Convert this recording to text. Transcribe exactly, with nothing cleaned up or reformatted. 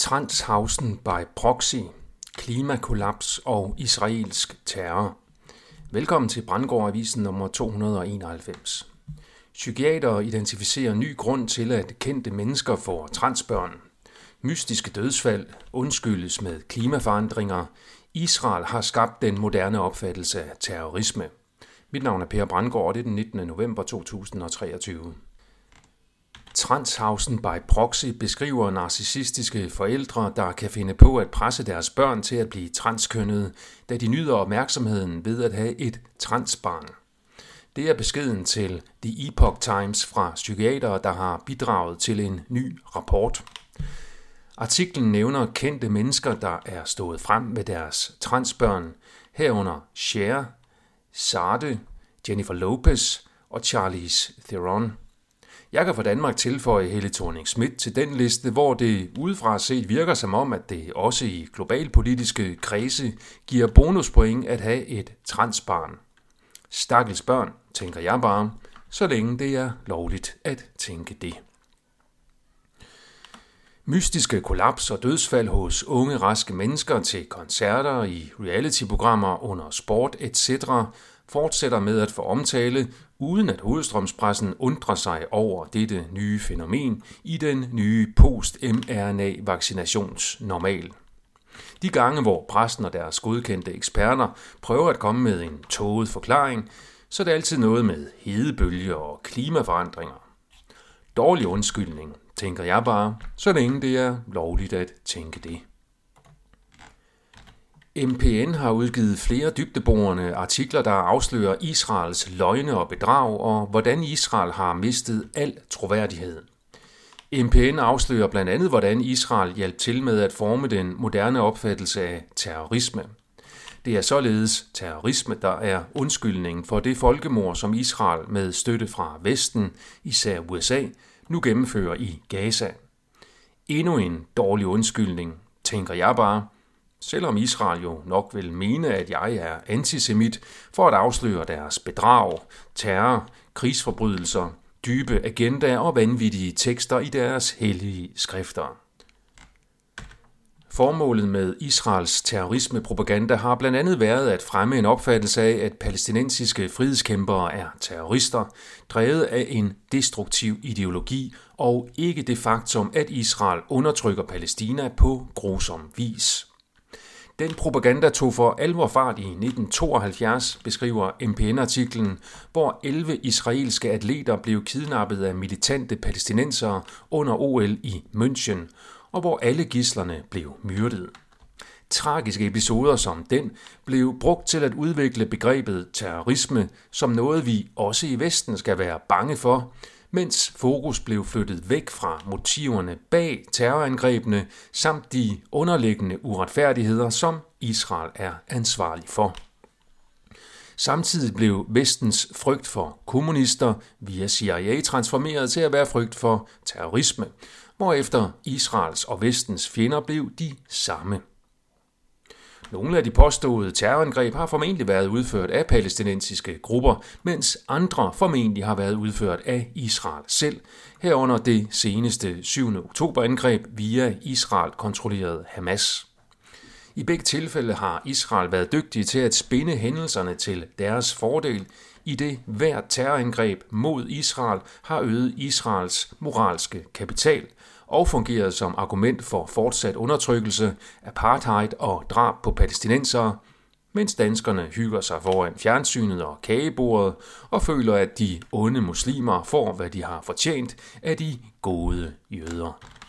Transhausen by proxy, klimakollaps og israelsk terror. Velkommen til Brandgård Avisen nummer to hundrede og enoghalvfems. Psykiatere identificerer ny grund til, at kendte mennesker får transbørn. Mystiske dødsfald undskyldes med klimaforandringer. Israel har skabt den moderne opfattelse af terrorisme. Mit navn er Per Brandgård, og det er den nittende november to tusind og treogtyve. Transhausen by proxy beskriver narcissistiske forældre, der kan finde på at presse deres børn til at blive transkønnede, da de nyder opmærksomheden ved at have et transbarn. Det er beskeden til The Epoch Times fra psykiatere, der har bidraget til en ny rapport. Artiklen nævner kendte mennesker, der er stået frem med deres transbørn, herunder Cher, Sade, Jennifer Lopez og Charlize Theron. Jeg kan fra Danmark tilføje Helle Thorning-Schmidt til den liste, hvor det udefra set virker som om, at det også i globalpolitiske kredse giver bonuspoint at have et transbarn. Stakkels børn, tænker jeg bare, så længe det er lovligt at tænke det. Mystiske kollaps og dødsfald hos unge, raske mennesker til koncerter, i reality-programmer, under sport et cetera fortsætter med at få omtale, uden at hovedstrømspressen undrer sig over dette nye fænomen i den nye post-M R N A-vaccinationsnormal. De gange, hvor pressen og deres godkendte eksperter prøver at komme med en tåget forklaring, så er det altid noget med hedebølger og klimaforandringer. Dårlig undskyldning, tænker jeg bare, så længe det er lovligt at tænke det. M P N har udgivet flere dybdeborende artikler, der afslører Israels løgne og bedrag, og hvordan Israel har mistet al troværdighed. M P N afslører blandt andet, hvordan Israel hjalp til med at forme den moderne opfattelse af terrorisme. Det er således terrorisme, der er undskyldningen for det folkemord, som Israel med støtte fra Vesten, især U S A, nu gennemfører i Gaza. Endnu en dårlig undskyldning, tænker jeg bare, selvom Israel jo nok vil mene, at jeg er antisemit, for at afsløre deres bedrag, terror, krigsforbrydelser, dybe agendaer og vanvittige tekster i deres hellige skrifter. Formålet med Israels terrorismepropaganda har blandt andet været at fremme en opfattelse af, at palæstinensiske frihedskæmpere er terrorister, drevet af en destruktiv ideologi, og ikke det faktum, at Israel undertrykker Palæstina på grusom vis. Den propaganda tog for alvor fart i nitten tooghalvfjerds, beskriver M P N-artiklen, hvor elleve israelske atleter blev kidnappet af militante palæstinensere under O L i München, og hvor alle gidslerne blev myrdet. Tragiske episoder som den blev brugt til at udvikle begrebet terrorisme som noget, vi også i Vesten skal være bange for, mens fokus blev flyttet væk fra motiverne bag terrorangrebene samt de underliggende uretfærdigheder, som Israel er ansvarlig for. Samtidig blev Vestens frygt for kommunister via C I A transformeret til at være frygt for terrorisme, hvorefter Israels og Vestens fjender blev de samme. Nogle af de påståede terrorangreb har formentlig været udført af palæstinensiske grupper, mens andre formentlig har været udført af Israel selv, herunder det seneste syvende oktober-angreb via Israel-kontrolleret Hamas. I begge tilfælde har Israel været dygtige til at spinde hændelserne til deres fordel, i det hvert terrorangreb mod Israel har øget Israels moralske kapital og fungeret som argument for fortsat undertrykkelse, apartheid og drab på palæstinensere, mens danskerne hygger sig foran fjernsynet og kagebordet og føler, at de onde muslimer får, hvad de har fortjent af de gode jøder.